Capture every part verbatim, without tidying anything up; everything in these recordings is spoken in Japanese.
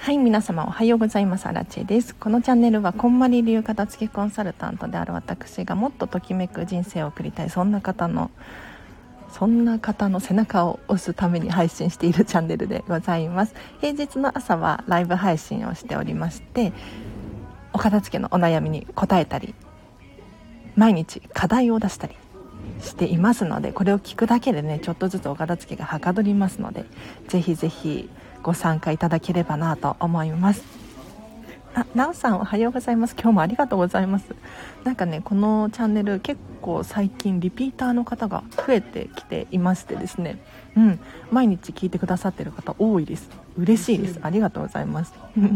はい、皆様おはようございます。アラチェです。このチャンネルはこんまり流片付けコンサルタントである私がもっとときめく人生を送りたいそんな方のそんな方の背中を押すために配信しているチャンネルでございます。平日の朝はライブ配信をしておりまして、お片付けのお悩みに答えたり、毎日課題を出したりしていますので、これを聞くだけでね、ちょっとずつお片付けがはかどりますので、ぜひぜひご参加いただければなと思います。あ、なおさんおはようございます。今日もありがとうございます。なんかね、このチャンネル結構最近リピーターの方が増えてきていましてですね、うん、毎日聞いてくださっている方多いです。嬉しいです。ありがとうございます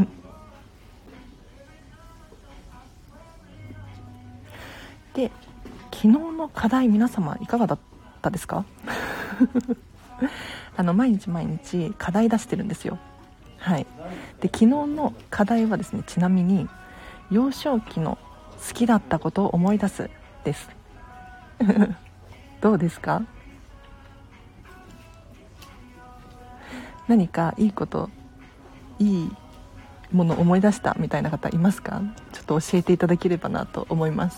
で、昨日の課題皆様いかがだったですかあの毎日毎日課題出してるんですよ。はい。で、昨日の課題はですね、ちなみに幼少期の好きだったことを思い出すですどうですか？何かいいこといいものを思い出したみたいな方いますか？ちょっと教えていただければなと思います。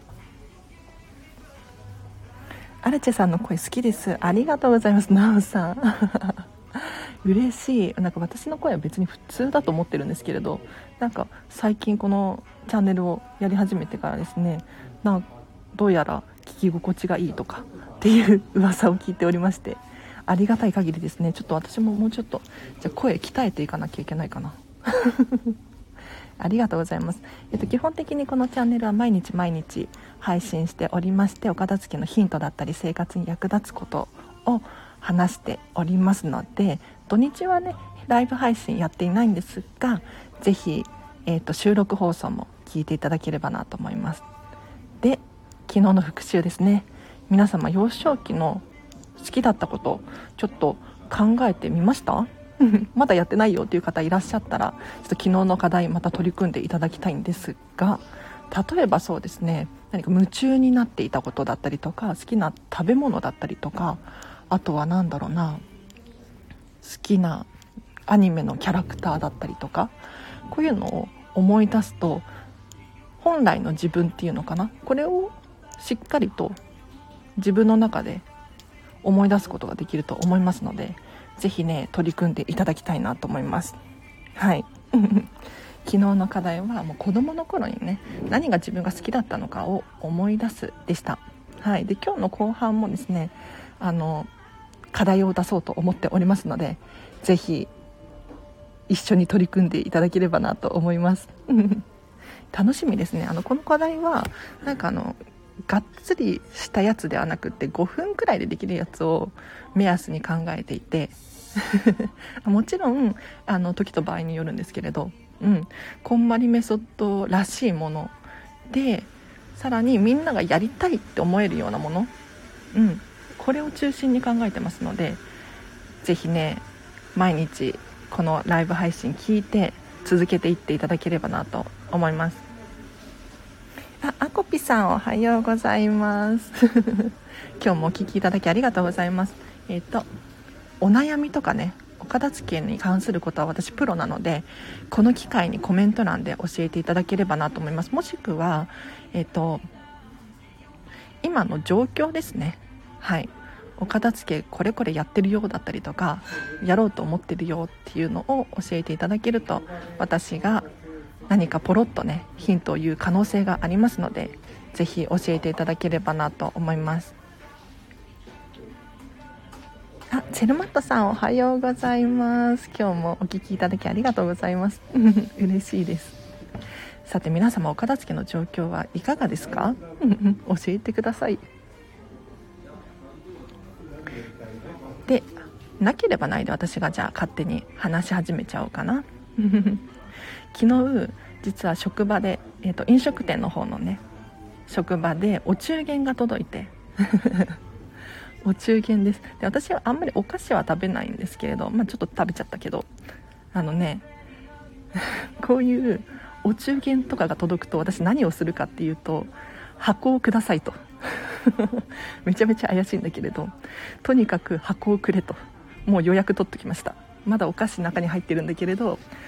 アルチェさんの声好きです。ありがとうございます。ナオさん嬉しい。なんか私の声は別に普通だと思ってるんですけれど、なんか最近このチャンネルをやり始めてからですね、なんどうやら聞き心地がいいとかっていう噂を聞いておりまして、ありがたい限りですね。ちょっと私ももうちょっとじゃあ声鍛えていかなきゃいけないかなありがとうございます。えっと、基本的にこのチャンネルは毎日毎日配信しておりまして、お片付けのヒントだったり生活に役立つことを話しておりますので、土日はねライブ配信やっていないんですが、ぜひ、えっと、収録放送も聞いていただければなと思います。で、昨日の復習ですね。皆様幼少期の好きだったことちょっと考えてみましたまだやってないよっていう方いらっしゃったら、ちょっと昨日の課題また取り組んでいただきたいんですが、例えばそうですね、何か夢中になっていたことだったりとか、好きな食べ物だったりとか、あとは何だろうな、好きなアニメのキャラクターだったりとか、こういうのを思い出すと本来の自分っていうのかな、これをしっかりと自分の中で思い出すことができると思いますので、ぜひね取り組んでいただきたいなと思います。はい昨日の課題はもう子供の頃にね、何が自分が好きだったのかを思い出すでした。はい。で、今日の後半もですね、あの課題を出そうと思っておりますので、ぜひ一緒に取り組んでいただければなと思います楽しみですね。あのこの課題はなんかあのがっつりしたやつではなくってごふんくらいでできるやつを目安に考えていてもちろんあの時と場合によるんですけれど、うん、こんまりメソッドらしいもので、さらにみんながやりたいって思えるようなもの、うん、これを中心に考えてますので、ぜひね毎日このライブ配信聞いて続けていっていただければなと思います。あ、あこぴさんおはようございます今日もお聞きいただきありがとうございます。えっとお悩みとかね、お片付けに関することは私プロなので、この機会にコメント欄で教えていただければなと思います。もしくは、えっと今の状況ですね。はい。お片付けこれこれやってるようだったりとか、やろうと思ってるよっていうのを教えていただけると、私が何かポロッとねヒントを言う可能性がありますので、ぜひ教えていただければなと思います。あ、チェルマットさんおはようございます。今日もお聞きいただきありがとうございます嬉しいです。さて皆様、お片付けの状況はいかがですか教えてください。で、なければないで私がじゃあ勝手に話し始めちゃおうかな昨日実は職場で、えーと、飲食店の方のね職場でお中元が届いてお中元です。で、私はあんまりお菓子は食べないんですけれど、まあ、ちょっと食べちゃったけど、あのねこういうお中元とかが届くと私何をするかっていうと、箱をくださいとめちゃめちゃ怪しいんだけれど、とにかく箱をくれと、もう予約取ってきました。まだお菓子中に入ってるんだけれど、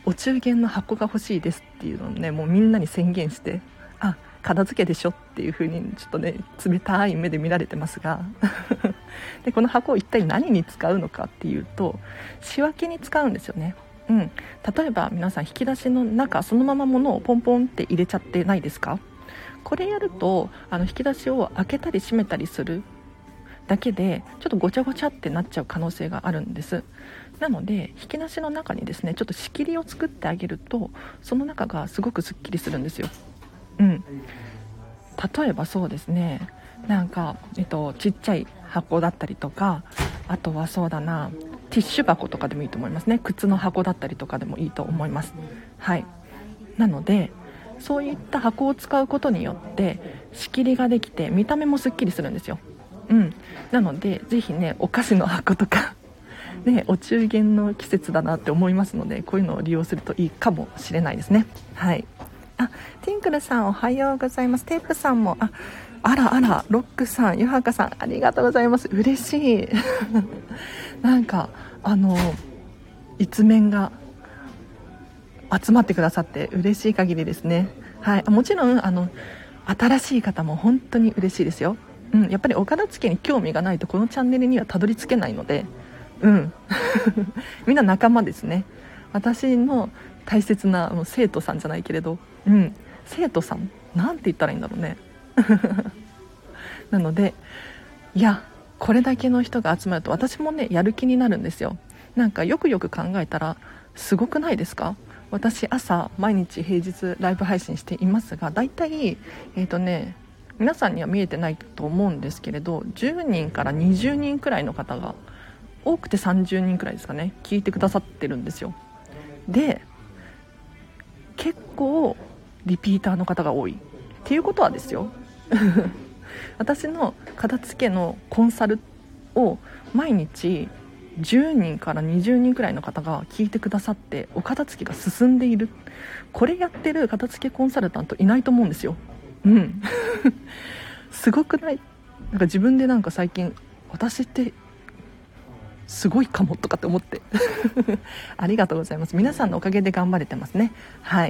お中元の箱が欲しいですっていうのをね、もうみんなに宣言して、あ、片付けでしょっていう風にちょっとね冷たい目で見られてますがでこの箱を一体何に使うのかっていうと、仕分けに使うんですよね。うん、例えば皆さん引き出しの中そのまま物をポンポンって入れちゃってないですか？これやるとあの引き出しを開けたり閉めたりするだけでちょっとごちゃごちゃってなっちゃう可能性があるんです。なので引き出しの中にですねちょっと仕切りを作ってあげると、その中がすごくすっきりするんですよ。うん、例えばそうですね、なんか、えっと、ちっちゃい箱だったりとか、あとはそうだな、ティッシュ箱とかでもいいと思いますね。靴の箱だったりとかでもいいと思います。はい、なのでそういった箱を使うことによって仕切りができて見た目もすっきりするんですよ。うん、なのでぜひねお菓子の箱とかね、お中元の季節だなって思いますので、こういうのを利用するといいかもしれないですね。はい。あ、ティンクルさんおはようございます。テープさんも、あ、あらあら、ロックさん、ユハカさんありがとうございます。嬉しいなんかあの一面が集まってくださって嬉しい限りですね。はい、もちろんあの新しい方も本当に嬉しいですよ。うん、やっぱりお片付けに興味がないとこのチャンネルにはたどり着けないので、うんみんな仲間ですね。私の大切なもう生徒さんじゃないけれど、うん、生徒さんなんて言ったらいいんだろうねなので、いやこれだけの人が集まると私もねやる気になるんですよ。なんかよくよく考えたらすごくないですか？私朝毎日平日ライブ配信していますが、だいたいえーとね皆さんには見えてないと思うんですけれど、じゅうにんからにじゅうにんくらいの方が、多くてさんじゅうにんくらいですかね、聞いてくださってるんですよ。で結構リピーターの方が多いっていうことはですよ私の片付けのコンサルを毎日じゅうにんからにじゅうにんくらいの方が聞いてくださってお片付けが進んでいる、これやってる片付けコンサルタントいないと思うんですよ。うんすごくない？なんか自分でなんか最近私ってすごいかもとかって思ってありがとうございます。皆さんのおかげで頑張れてますね。はい。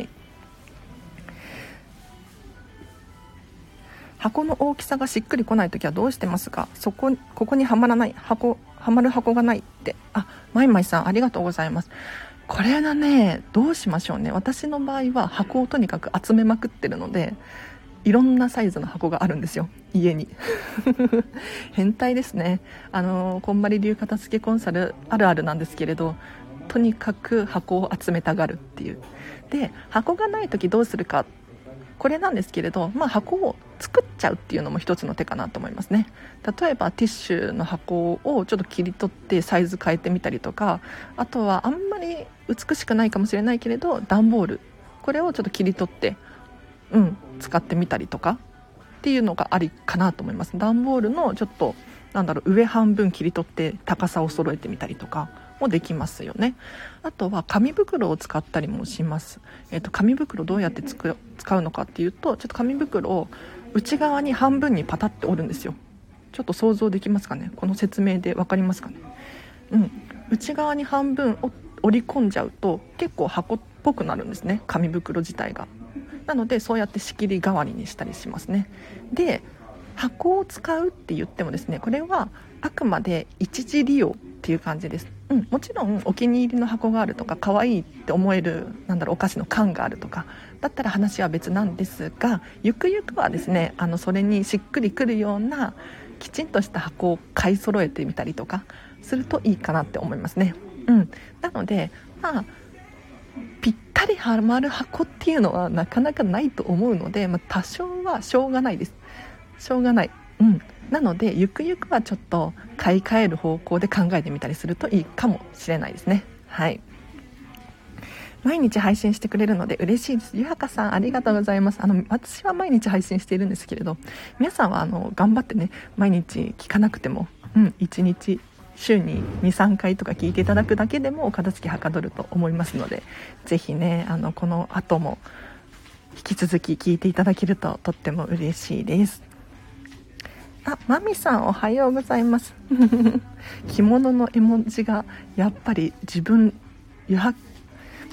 箱の大きさがしっくりこないときはどうしてますか？そこここにはまらない箱、はまる箱がないって。あ、マイマイさんありがとうございます。これがねどうしましょうね。私の場合は箱をとにかく集めまくってるので、いろんなサイズの箱があるんですよ家に変態ですね。あのこんまり流片付けコンサルあるあるなんですけれど、とにかく箱を集めたがるっていう。で箱がない時どうするか、これなんですけれど、まあ、箱を作っちゃうっていうのも一つの手かなと思いますね。例えばティッシュの箱をちょっと切り取ってサイズ変えてみたりとか、あとはあんまり美しくないかもしれないけれど段ボール、これをちょっと切り取ってうん、使ってみたりとかっていうのがありかなと思います。段ボールのちょっとなんだろう、上半分切り取って高さを揃えてみたりとかもできますよね。あとは紙袋を使ったりもします。えーと、紙袋どうやってつく使うのかっていうと、ちょっと紙袋を内側に半分にパタッて折るんですよ。ちょっと想像できますかね？この説明で分かりますかね？うん、内側に半分折り込んじゃうと結構箱っぽくなるんですね、紙袋自体が。なのでそうやって仕切り代わりにしたりしますね。で箱を使うって言ってもですね、これはあくまで一時利用っていう感じです。うん、もちろんお気に入りの箱があるとか可愛いって思えるなんだろうお菓子の缶があるとかだったら話は別なんですが、ゆくゆくはですねあのそれにしっくりくるようなきちんとした箱を買い揃えてみたりとかするといいかなって思いますね。うん、なのでまあぴったりはまる箱っていうのはなかなかないと思うので、まあ、多少はしょうがないです。しょうがない、うん、なのでゆくゆくはちょっと買い替える方向で考えてみたりするといいかもしれないですね。はい。毎日配信してくれるので嬉しいです。ゆはかさんありがとうございます。あの私は毎日配信しているんですけれど、皆さんはあの頑張ってね毎日聞かなくても、うん、いちにち週に にさんかいとか聞いていただくだけでもお片付けはかどると思いますので、ぜひねあのこの後も引き続き聞いていただけるととっても嬉しいです。あ、マミさんおはようございます着物の絵文字がやっぱり自分ゆは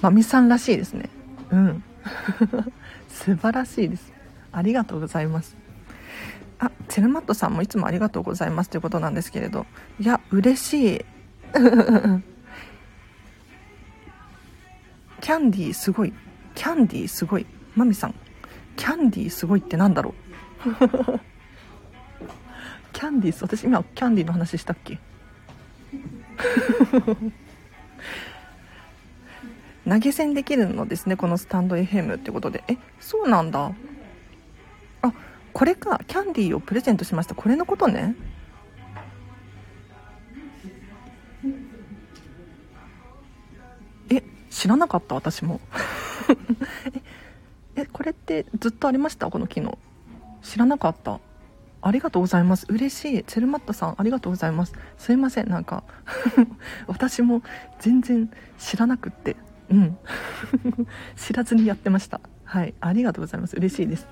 まみさんらしいですね。うん素晴らしいです。ありがとうございます。あ、チェルマットさんもいつもありがとうございますということなんですけれど、いや嬉しいキャンディーすごい、キャンディーすごい、マミさんキャンディーすごいってなんだろうキャンディース、私今キャンディーの話したっけ投げ銭できるのですね、このスタンド エフエム ってことで。え、そうなんだ。あ、これか、キャンディーをプレゼントしました、これのことね。え、知らなかった、私もええ、これってずっとありました、この機能。知らなかった。ありがとうございます。嬉しい。チェルマットさんありがとうございます。すいません、なんか私も全然知らなくってうん知らずにやってました。はい、ありがとうございます。嬉しいです。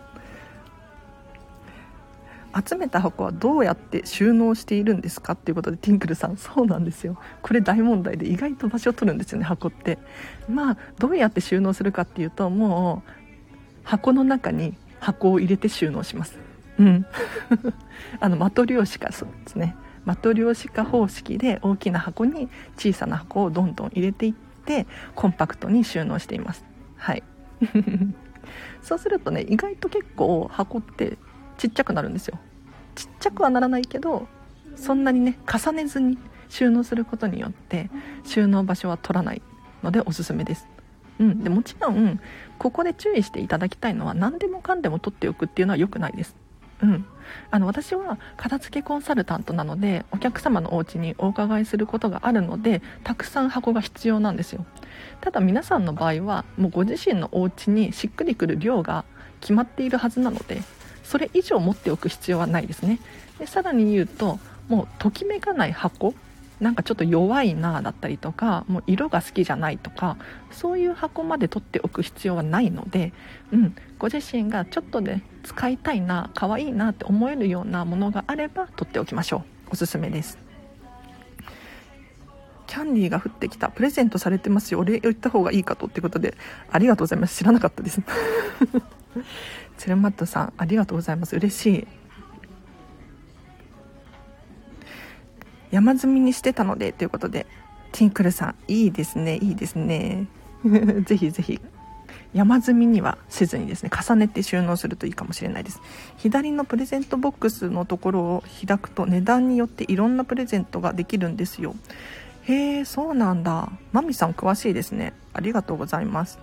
集めた箱はどうやって収納しているんですかっていうことで、ティンクルさん、そうなんですよ、これ大問題で、意外と場所を取るんですよね、箱って。まあどうやって収納するかっていうと、もう箱の中に箱を入れて収納します。うんあのマトリョーシカ、そうですね、マトリョーシカ方式で大きな箱に小さな箱をどんどん入れていってコンパクトに収納しています。はいそうするとね、意外と結構箱ってちっちゃくなるんですよ。ちっちゃくはならないけど、そんなにね重ねずに収納することによって収納場所は取らないのでおすすめです。うん、でもちろんここで注意していただきたいのは、何でもかんでも取っておくっていうのは良くないです。うん、あの私は片付けコンサルタントなので、お客様のお家にお伺いすることがあるので、たくさん箱が必要なんですよ。ただ皆さんの場合はもうご自身のお家にしっくりくる量が決まっているはずなので、それ以上持っておく必要はないですね。でさらに言うと、もうときめかない箱、なんかちょっと弱いなだったりとか、もう色が好きじゃないとか、そういう箱まで取っておく必要はないので、うん、ご自身がちょっとで使いたいな、可愛いなって思えるようなものがあれば取っておきましょう。おすすめです。キャンディーが降ってきた、プレゼントされてますよ、お礼言った方がいいかとってことで、ありがとうございます。知らなかったですチェルマットさんありがとうございます。嬉しい。山積みにしてたのでということで、ティンクルさんいいですね、いいですねぜひぜひ山積みにはせずにですね、重ねて収納するといいかもしれないです。左のプレゼントボックスのところを開くと、値段によっていろんなプレゼントができるんですよ。へえ、そうなんだ。マミさん詳しいですね。ありがとうございます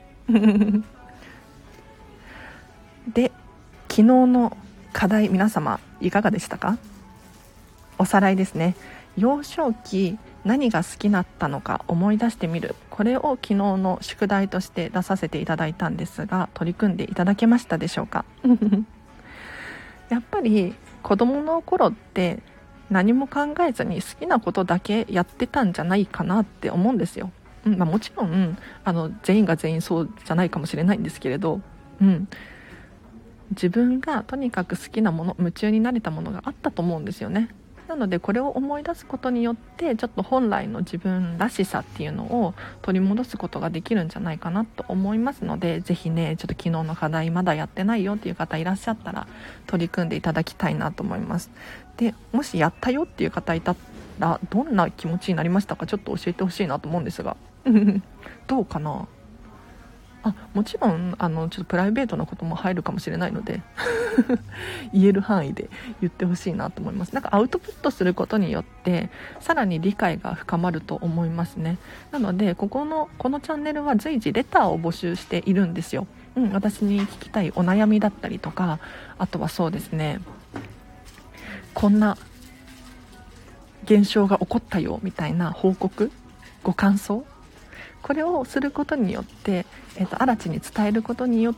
で、昨日の課題、皆様いかがでしたか？おさらいですね。幼少期何が好きだったのか思い出してみる、これを昨日の宿題として出させていただいたんですが、取り組んでいただけましたでしょうかやっぱり子供の頃って何も考えずに好きなことだけやってたんじゃないかなって思うんですよ。うん、まあ、もちろんあの全員が全員そうじゃないかもしれないんですけれど、うん、自分がとにかく好きなもの、夢中になれたものがあったと思うんですよね。なのでこれを思い出すことによって、ちょっと本来の自分らしさっていうのを取り戻すことができるんじゃないかなと思いますので、ぜひね、ちょっと昨日の課題まだやってないよっていう方いらっしゃったら取り組んでいただきたいなと思います。でもしやったよっていう方いたら、どんな気持ちになりましたか？ちょっと教えてほしいなと思うんですがどうかな。あ、もちろんあのちょっとプライベートなことも入るかもしれないので言える範囲で言ってほしいなと思います。なんかアウトプットすることによってさらに理解が深まると思いますね。なのでここのこのチャンネルは随時レターを募集しているんですよ。うん、私に聞きたいお悩みだったりとか、あとはそうですね、こんな現象が起こったよみたいな報告、ご感想、これをすることによって、えーと、新地に伝えることによって、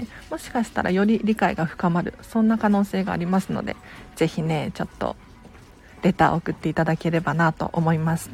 もしかしたらより理解が深まる、そんな可能性がありますので、ぜひね、ちょっとレターを送っていただければなと思います。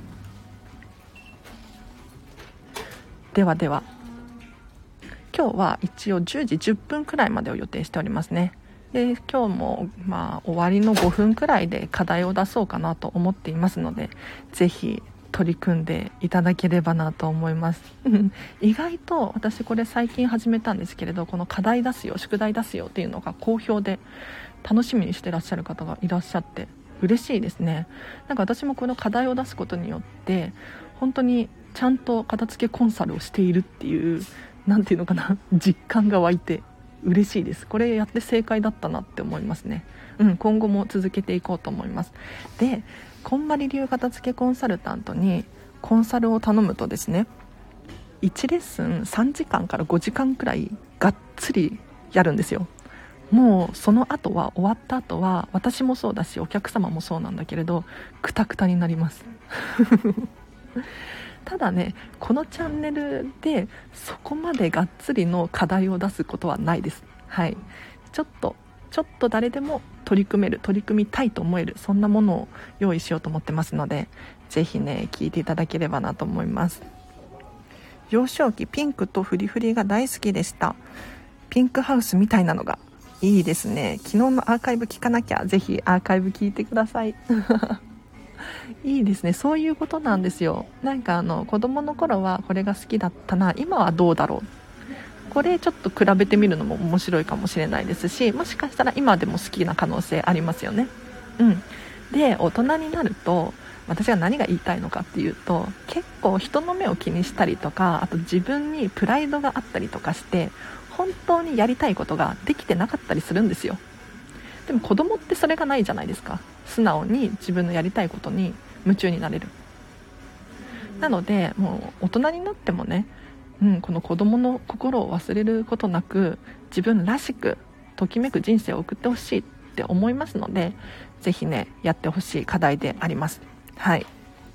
ではでは、今日は一応じゅうじじゅっぷんくらいまでを予定しておりますね。で今日もまあ終わりのごふんくらいで課題を出そうかなと思っていますので、ぜひ取り組んでいただければなと思います意外と私これ最近始めたんですけれど、この課題出すよ宿題出すよっていうのが好評で楽しみにしてらっしゃる方がいらっしゃって嬉しいですね。なんか私もこの課題を出すことによって本当にちゃんと片付けコンサルをしているっていうなんていうのかな実感が湧いて嬉しいです。これやって正解だったなって思いますね。うん、今後も続けていこうと思います。で、こんまり流片付けコンサルタントにコンサルを頼むとですね、いちレッスンさんじかんからごじかんくらいがっつりやるんですよ。もうその後は終わった後は私もそうだしお客様もそうなんだけれどクタクタになりますただね、このチャンネルでそこまでがっつりの課題を出すことはないです。はい、ちょっとちょっと誰でも取り組める取り組みたいと思えるそんなものを用意しようと思ってますので、ぜひね聞いていただければなと思います。幼少期ピンクとフリフリが大好きでした。ピンクハウスみたいなのがいいですね。昨日のアーカイブ聞かなきゃ、ぜひアーカイブ聞いてくださいいいですね。そういうことなんですよ。なんかあの子供の頃はこれが好きだったな、今はどうだろう、これちょっと比べてみるのも面白いかもしれないですし、もしかしたら今でも好きな可能性ありますよね。うんで、大人になると私が何が言いたいのかっていうと、結構人の目を気にしたりとか、あと自分にプライドがあったりとかして本当にやりたいことができてなかったりするんですよ。でも子供ってそれがないじゃないですか。素直に自分のやりたいことに夢中になれる。なのでもう大人になってもね、うん、この子供の心を忘れることなく自分らしくときめく人生を送ってほしいって思いますので、ぜひねやってほしい課題であります。はい。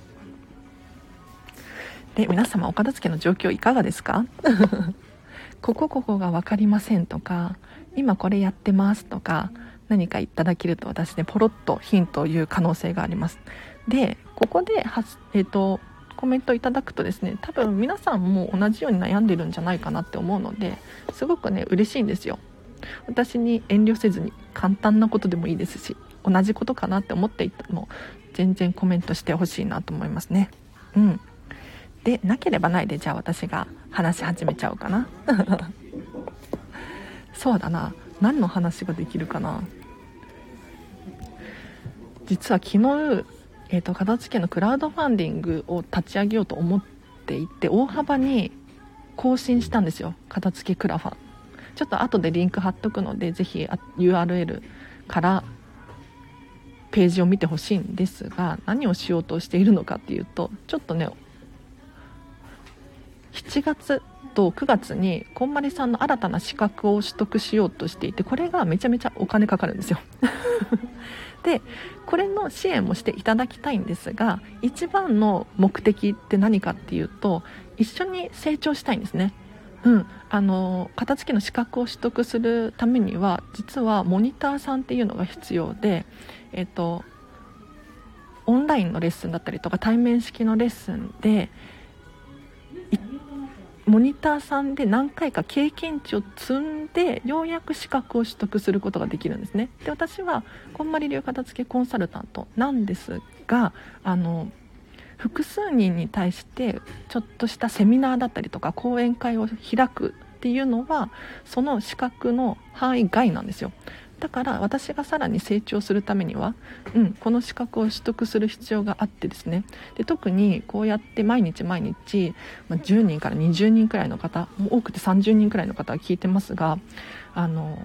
で、皆様お片付けの状況いかがですかここここが分かりませんとか、今これやってますとか何かいただけると私ねポロッとヒントを言う可能性があります。で、ここでは、えーと、コメントいただくとですね、多分皆さんも同じように悩んでるんじゃないかなって思うので、すごくね嬉しいんですよ。私に遠慮せずに簡単なことでもいいですし、同じことかなって思っていても全然コメントしてほしいなと思いますね。うんで、なければないで、じゃあ私が話し始めちゃおうかなそうだな、何の話ができるかな。実は昨日、えーと、片付けのクラウドファンディングを立ち上げようと思っていて、大幅に更新したんですよ、片付けクラファン。ちょっと後でリンク貼っとくので、ぜひ ユーアールエル からページを見てほしいんですが、何をしようとしているのかっていうと、ちょっとねしちがつとくがつにこんまりさんの新たな資格を取得しようとしていて、これがめちゃめちゃお金かかるんですよで、これの支援もしていただきたいんですが、一番の目的って何かっていうと、一緒に成長したいんですね。うん、あの片付けの資格を取得するためには実はモニターさんっていうのが必要で、えっとオンラインのレッスンだったりとか対面式のレッスンでモニターさんで何回か経験値を積んでようやく資格を取得することができるんですね。で、私はこんまり流片付けコンサルタントなんですが、あの複数人に対してちょっとしたセミナーだったりとか講演会を開くっていうのはその資格の範囲外なんですよ。だから私がさらに成長するためには、うん、この資格を取得する必要があってですね。で、特にこうやって毎日毎日、まあ、じゅうにんからにじゅうにんくらいの方、もう多くてさんじゅうにんくらいの方が聞いてますが、あの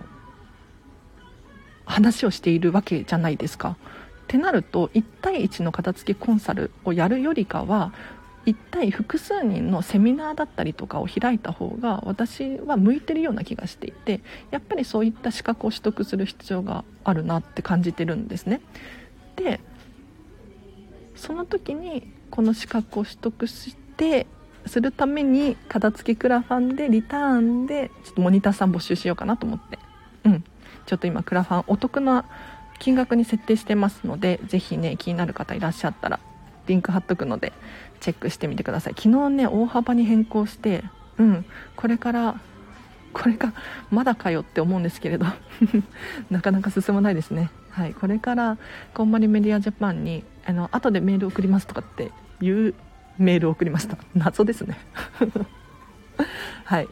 話をしているわけじゃないですか。ってなるといち対いちの片付けコンサルをやるよりかはいち対複数人のセミナーだったりとかを開いた方が私は向いてるような気がしていて、やっぱりそういった資格を取得する必要があるなって感じてるんですね。で、その時にこの資格を取得してするために片付けクラファンでリターンでちょっとモニターさん募集しようかなと思って、うんちょっと今クラファンお得な金額に設定してますので、ぜひね気になる方いらっしゃったらリンク貼っとくのでチェックしてみてください。昨日ね大幅に変更して、うんこれからこれがまだかよって思うんですけれどなかなか進まないですね。はい、これからこんまりメディアジャパンにあの後でメール送りますとかっていうメールを送りました。謎ですねはい、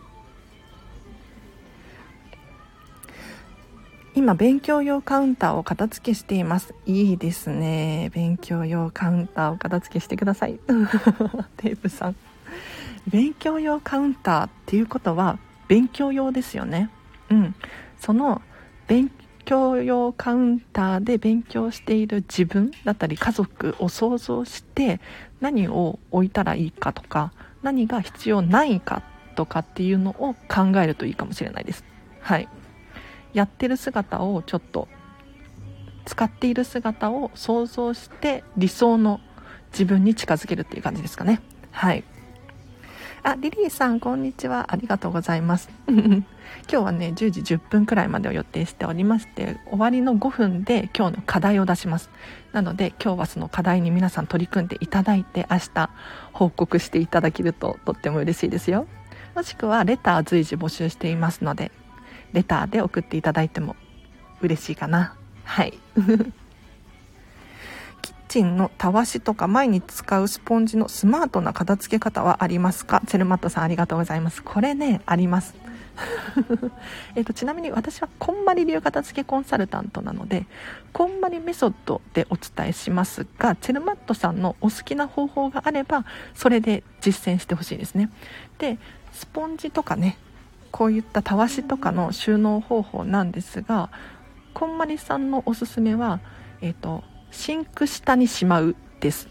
今勉強用カウンターを片付けしています。いいですね、勉強用カウンターを片付けしてくださいテープさん、勉強用カウンターっていうことは勉強用ですよね。うん、その勉強用カウンターで勉強している自分だったり家族を想像して何を置いたらいいかとか何が必要ないかとかっていうのを考えるといいかもしれないです。はい、やってる姿をちょっと使っている姿を想像して理想の自分に近づけるっていう感じですかね。はい、あ、リリーさんこんにちは、ありがとうございます今日はねじゅうじじゅっぷんくらいまでを予定しておりまして、終わりのごふんで今日の課題を出します。なので今日はその課題に皆さん取り組んでいただいて、明日報告していただけるととっても嬉しいですよ。もしくはレター随時募集していますので、レターで送っていただいても嬉しいかな。はいキッチンのたわしとか毎日使うスポンジのスマートな片付け方はありますか？チェルマットさんありがとうございます。これねありますえとちなみに私はこんまり流片付けコンサルタントなのでこんまりメソッドでお伝えしますが、チェルマットさんのお好きな方法があればそれで実践してほしいですね。でスポンジとかね、こういったたわしとかの収納方法なんですが、こんまりさんのおすすめは、えーと、シンク下にしまうです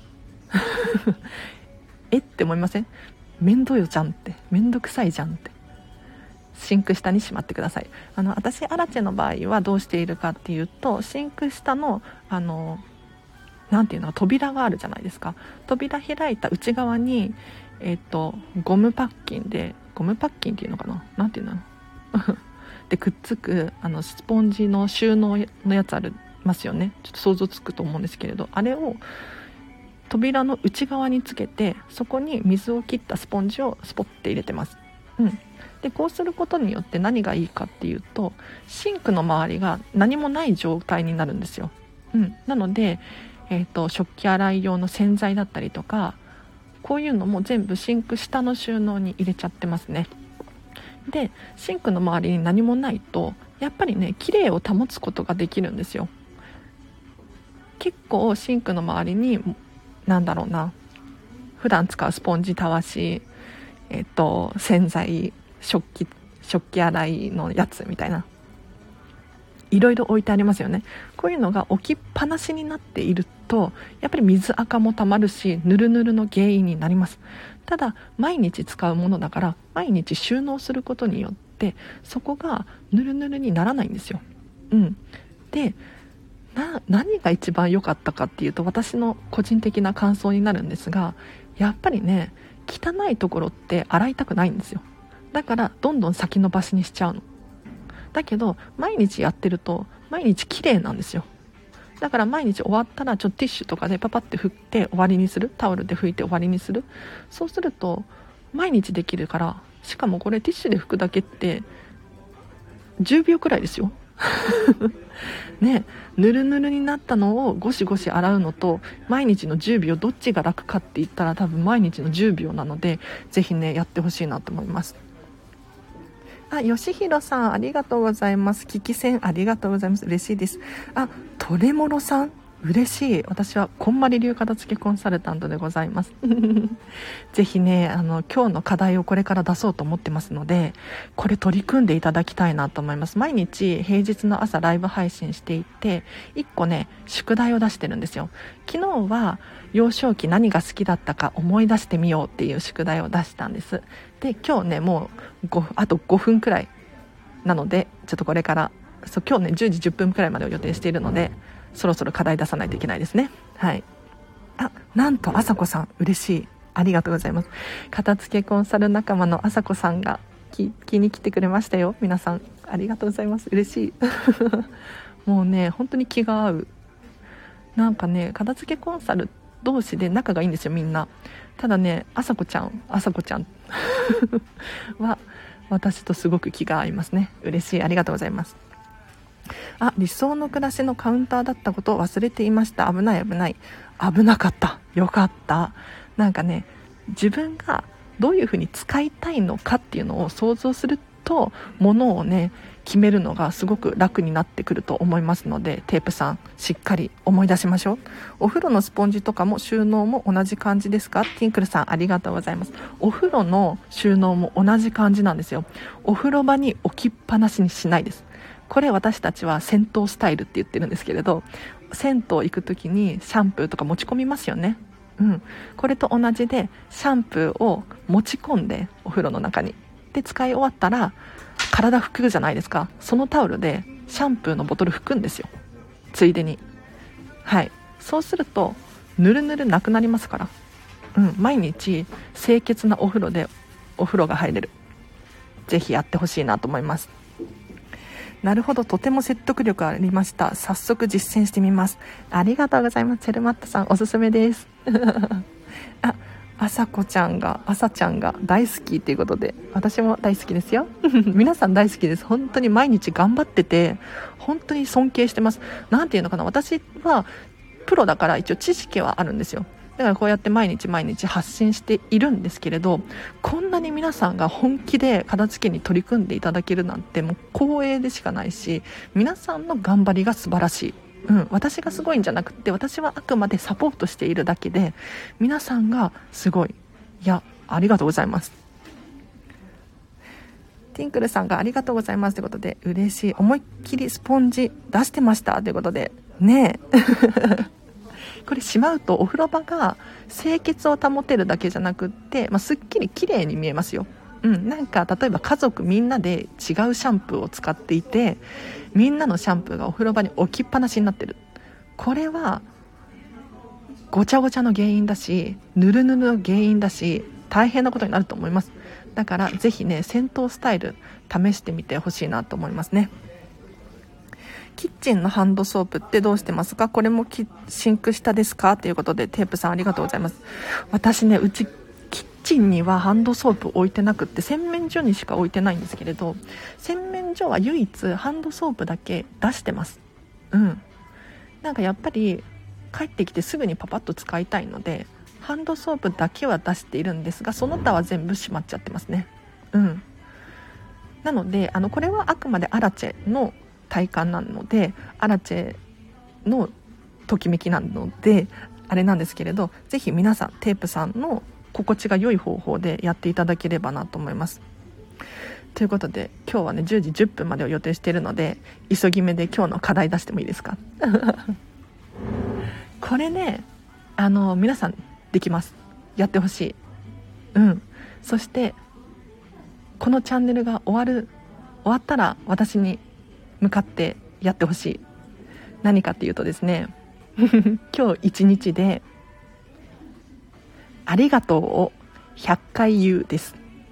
えって思いません？面倒よじゃんって、面倒くさいじゃんって、シンク下にしまってください。あの私アラチェの場合はどうしているかっていうと、シンク下のあのなんていうの扉があるじゃないですか。扉開いた内側にえっとゴムパッキンでゴムパッキンっていうのかな、なんていうのでくっつくあのスポンジの収納のやつありますよね。ちょっと想像つくと思うんですけれど、あれを扉の内側につけて、そこに水を切ったスポンジをスポッて入れてます。うん。でこうすることによって何がいいかっていうと、シンクの周りが何もない状態になるんですよ。うん。なので、えーと、食器洗い用の洗剤だったりとか、こういうのも全部シンク下の収納に入れちゃってますね。でシンクの周りに何もないとやっぱりね綺麗を保つことができるんですよ。結構シンクの周りになんだろうな、普段使うスポンジ、たわし、えっと洗剤、食器食器洗いのやつみたいないろいろ置いてありますよね。こういうのが置きっぱなしになっているとやっぱり水垢もたまるし、ヌルヌルの原因になります。ただ毎日使うものだから毎日収納することによってそこがヌルヌルにならないんですよ。うん、でな何が一番良かったかっていうと、私の個人的な感想になるんですが、やっぱりね汚いところって洗いたくないんですよ。だからどんどん先延ばしにしちゃうの。だけど毎日やってると毎日綺麗なんですよ。だから毎日終わったらちょっとティッシュとかでパパって拭って終わりにする、タオルで拭いて終わりにする。そうすると毎日できるから、しかもこれティッシュで拭くだけってじゅうびょうくらいですよね、ぬるぬるになったのをゴシゴシ洗うのと毎日のじゅうびょうどっちが楽かって言ったら多分毎日のじゅうびょうなので、ぜひねやってほしいなと思います。あ、よしひろさんありがとうございます。聞き戦ありがとうございます。嬉しいです。あ、トレモロさん嬉しい。私はこんまり流片付けコンサルタントでございますぜひねあの今日の課題をこれから出そうと思ってますので、これ取り組んでいただきたいなと思います。毎日平日の朝ライブ配信していていっこね宿題を出してるんですよ。昨日は幼少期何が好きだったか思い出してみようっていう宿題を出したんです。で今日ねもうあとごふんくらいなので、ちょっとこれからそう今日ねじゅうじじゅっぷんくらいまでを予定しているので、そろそろ課題出さないといけないですね。はい。あ、なんとあさこさん嬉しい、ありがとうございます。片付けコンサル仲間のあさこさんが聞きに来てくれましたよ。皆さんありがとうございます。嬉しいもうね本当に気が合う。なんかね片付けコンサル同士で仲がいいんですよみんな。ただねあさこちゃんあさこちゃんは私とすごく気が合いますね。嬉しい、ありがとうございます。あ、理想の暮らしのカウンターだったことを忘れていました。危ない危ない。危なかった。よかった。 なんかね、自分がどういうふうに使いたいのかっていうのを想像すると、ものをね決めるのがすごく楽になってくると思いますので、テープさんしっかり思い出しましょう。お風呂のスポンジとかも収納も同じ感じですか？ティンクルさんありがとうございます。お風呂の収納も同じ感じなんですよ。お風呂場に置きっぱなしにしないです。これ私たちは銭湯スタイルって言ってるんですけれど、銭湯行く時にシャンプーとか持ち込みますよね。うん、これと同じでシャンプーを持ち込んでお風呂の中にで使い終わったら体拭くじゃないですか。そのタオルでシャンプーのボトル拭くんですよ、ついでに。はい、そうするとぬるぬるなくなりますから、うん、毎日清潔なお風呂でお風呂が入れる。ぜひやってほしいなと思います。なるほど、とても説得力ありました。早速実践してみます。ありがとうございます。チェルマットさんおすすめですあ、あさこちゃんがあさちゃんが大好きということで、私も大好きですよ皆さん大好きです。本当に毎日頑張ってて本当に尊敬してます。なんていうのかな、私はプロだから一応知識はあるんですよ。だからこうやって毎日毎日発信しているんですけれど、こんなに皆さんが本気で片付けに取り組んでいただけるなんてもう光栄でしかないし、皆さんの頑張りが素晴らしい。うん、私がすごいんじゃなくて、私はあくまでサポートしているだけで、皆さんがすごい。いや、ありがとうございます。ティンクルさんがありがとうございますということで、嬉しい。思いっきりスポンジ出してましたということでねえこれしまうとお風呂場が清潔を保てるだけじゃなくって、まあ、すっきり綺麗に見えますよ。うん、なんか例えば家族みんなで違うシャンプーを使っていて、みんなのシャンプーがお風呂場に置きっぱなしになってる。これはごちゃごちゃの原因だし、ぬるぬるの原因だし、大変なことになると思います。だからぜひね、銭湯スタイル試してみてほしいなと思いますね。キッチンのハンドソープってどうしてますか？これもキシンク下ですか？ということで、テープさんありがとうございます。私ね、うちキッチンにはハンドソープ置いてなくって、洗面所にしか置いてないんですけれど、洗面所は唯一ハンドソープだけ出してます。うん、なんかやっぱり帰ってきてすぐにパパッと使いたいので、ハンドソープだけは出しているんですが、その他は全部閉まっちゃってますね。うん、なのであのこれはあくまでアラチェの体感なので、アラチェのときめきなのであれなんですけれど、ぜひ皆さんテープさんの心地が良い方法でやっていただければなと思います。ということで、今日はねじゅうじじゅっぷんまでを予定しているので、急ぎ目で今日の課題出してもいいですかこれね、あの皆さんできます。やってほしい。うん。そしてこのチャンネルが終わる終わったら私に向かってやってほしい。何かっていうとですね今日一日でありがとうをひゃっかい言うです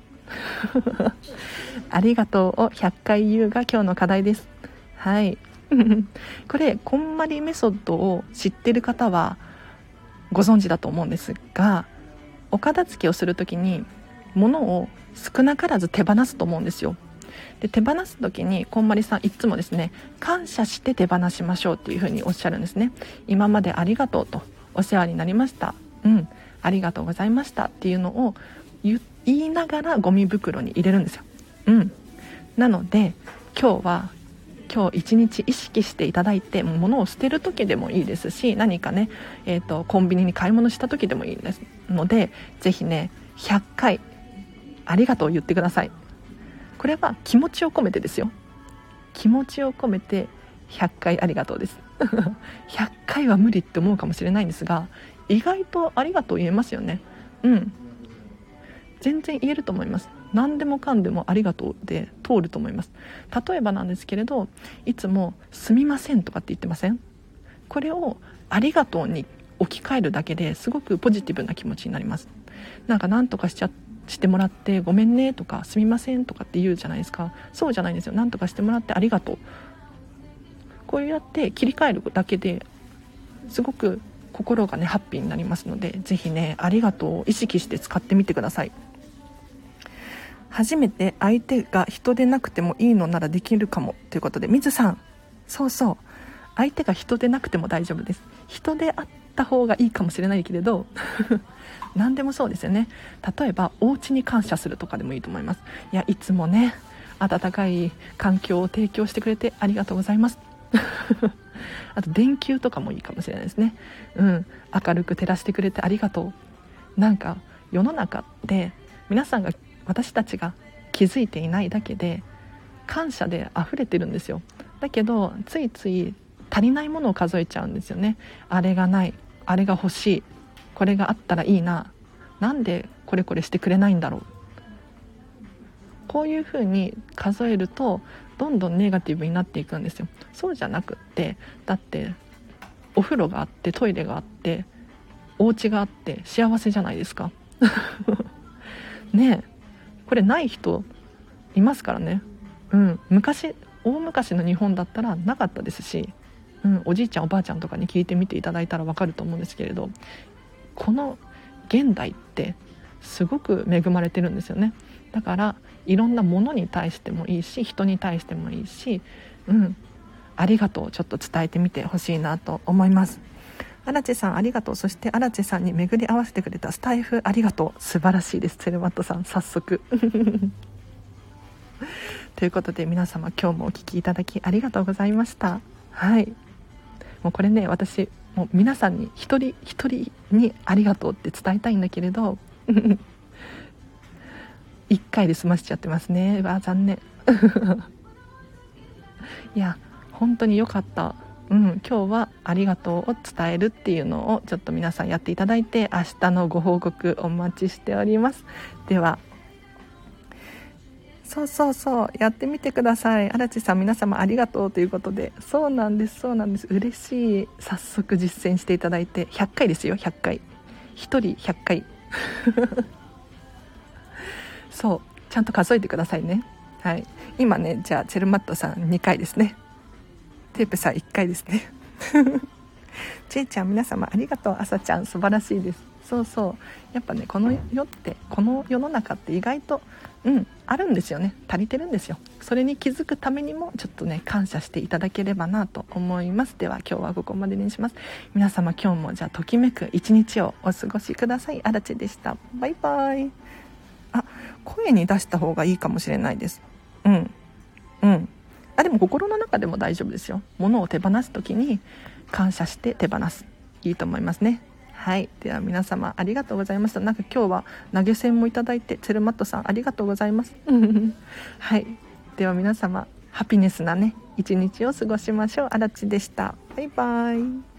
ありがとうをひゃっかい言うが今日の課題です。はいこれこんまりメソッドを知ってる方はご存知だと思うんですが、お片付けをするときに物を少なからず手放すと思うんですよ。で手放す時にこんまりさんいつもですね、感謝して手放しましょうっていう風におっしゃるんですね。今までありがとうと、お世話になりました、うん、ありがとうございましたっていうのを言いながらゴミ袋に入れるんですよ。うん、なので今日は今日一日意識していただいて、物を捨てる時でもいいですし、何かね、えーと、コンビニに買い物した時でもいいですので、ぜひねひゃっかいありがとうを言ってください。これは気持ちを込めてですよ。気持ちを込めてひゃっかいありがとうですひゃっかいは無理って思うかもしれないんですが、意外とありがとう言えますよね。うん、全然言えると思います。何でもかんでもありがとうで通ると思います。例えばなんですけれど、いつもすみませんとかって言ってません？これをありがとうに置き換えるだけですごくポジティブな気持ちになります。なんか何とかしちゃしてもらってごめんねとかすみませんとかって言うじゃないですか。そうじゃないんですよ。何とかしてもらってありがとう。こうやって切り替えるだけですごく心がねハッピーになりますので、ぜひねありがとうを意識して使ってみてください。初めて相手が人でなくてもいいのならできるかもということで、水さん、そうそう、相手が人でなくても大丈夫です。人であった方がいいかもしれないけれど何でもそうですよね。例えばお家に感謝するとかでもいいと思います。いや、いつもね温かい環境を提供してくれてありがとうございますあと電球とかもいいかもしれないですね。うん、明るく照らしてくれてありがとう。なんか世の中って皆さんが、私たちが気づいていないだけで感謝で溢れてるんですよ。だけどついつい足りないものを数えちゃうんですよね。あれがない、あれが欲しい、これがあったらいいな、なんでこれこれしてくれないんだろう。こういうふうに数えるとどんどんネガティブになっていくんですよ。そうじゃなくって、だってお風呂があってトイレがあってお家があって幸せじゃないですかねえ、これない人いますからね。うん、昔大昔の日本だったらなかったですし、うん、おじいちゃんおばあちゃんとかに聞いてみていただいたら分かると思うんですけれど、この現代ってすごく恵まれてるんですよね。だからいろんなものに対してもいいし人に対してもいいし、うん、ありがとうをちょっと伝えてみてほしいなと思います。荒地さんありがとう。そして荒地さんに巡り合わせてくれたスタイフありがとう。素晴らしいです。セルマットさん早速ということで皆様今日もお聞きいただきありがとうございました。はい、もうこれね、私もう皆さんに一人一人にありがとうって伝えたいんだけれどいっかいで済ましちゃってますね。わあ残念いや本当に良かった。うん、今日はありがとうを伝えるっていうのをちょっと皆さんやっていただいて、明日のご報告お待ちしております。では、そうそうそうやってみてください。荒地さん皆様ありがとうということで、そうなんですそうなんです、嬉しい。早速実践していただいてひゃっかいですよ。ひゃっかい、ひとりひゃっかいそうちゃんと数えてくださいね。はい、今ね、じゃあチェルマットさんにかいですね。テープさんいっかいですねちえちゃん皆様ありがとう。あさちゃん素晴らしいです。そうそう、やっぱねこの世ってこの世の中って意外とうんあるんですよね。足りてるんですよ。それに気づくためにもちょっとね感謝していただければなと思います。では今日はここまでにします。皆様今日もじゃあときめく一日をお過ごしください。あらちでした。バイバイ。あ、声に出した方がいいかもしれないです。うんうんあでも心の中でも大丈夫ですよ。物を手放す時に感謝して手放す、いいと思いますね。はい、では皆様ありがとうございました。なんか今日は投げ銭もいただいて、チェルマットさんありがとうございますはい、では皆様ハピネスなね一日を過ごしましょう。あらちでした。バイバイ。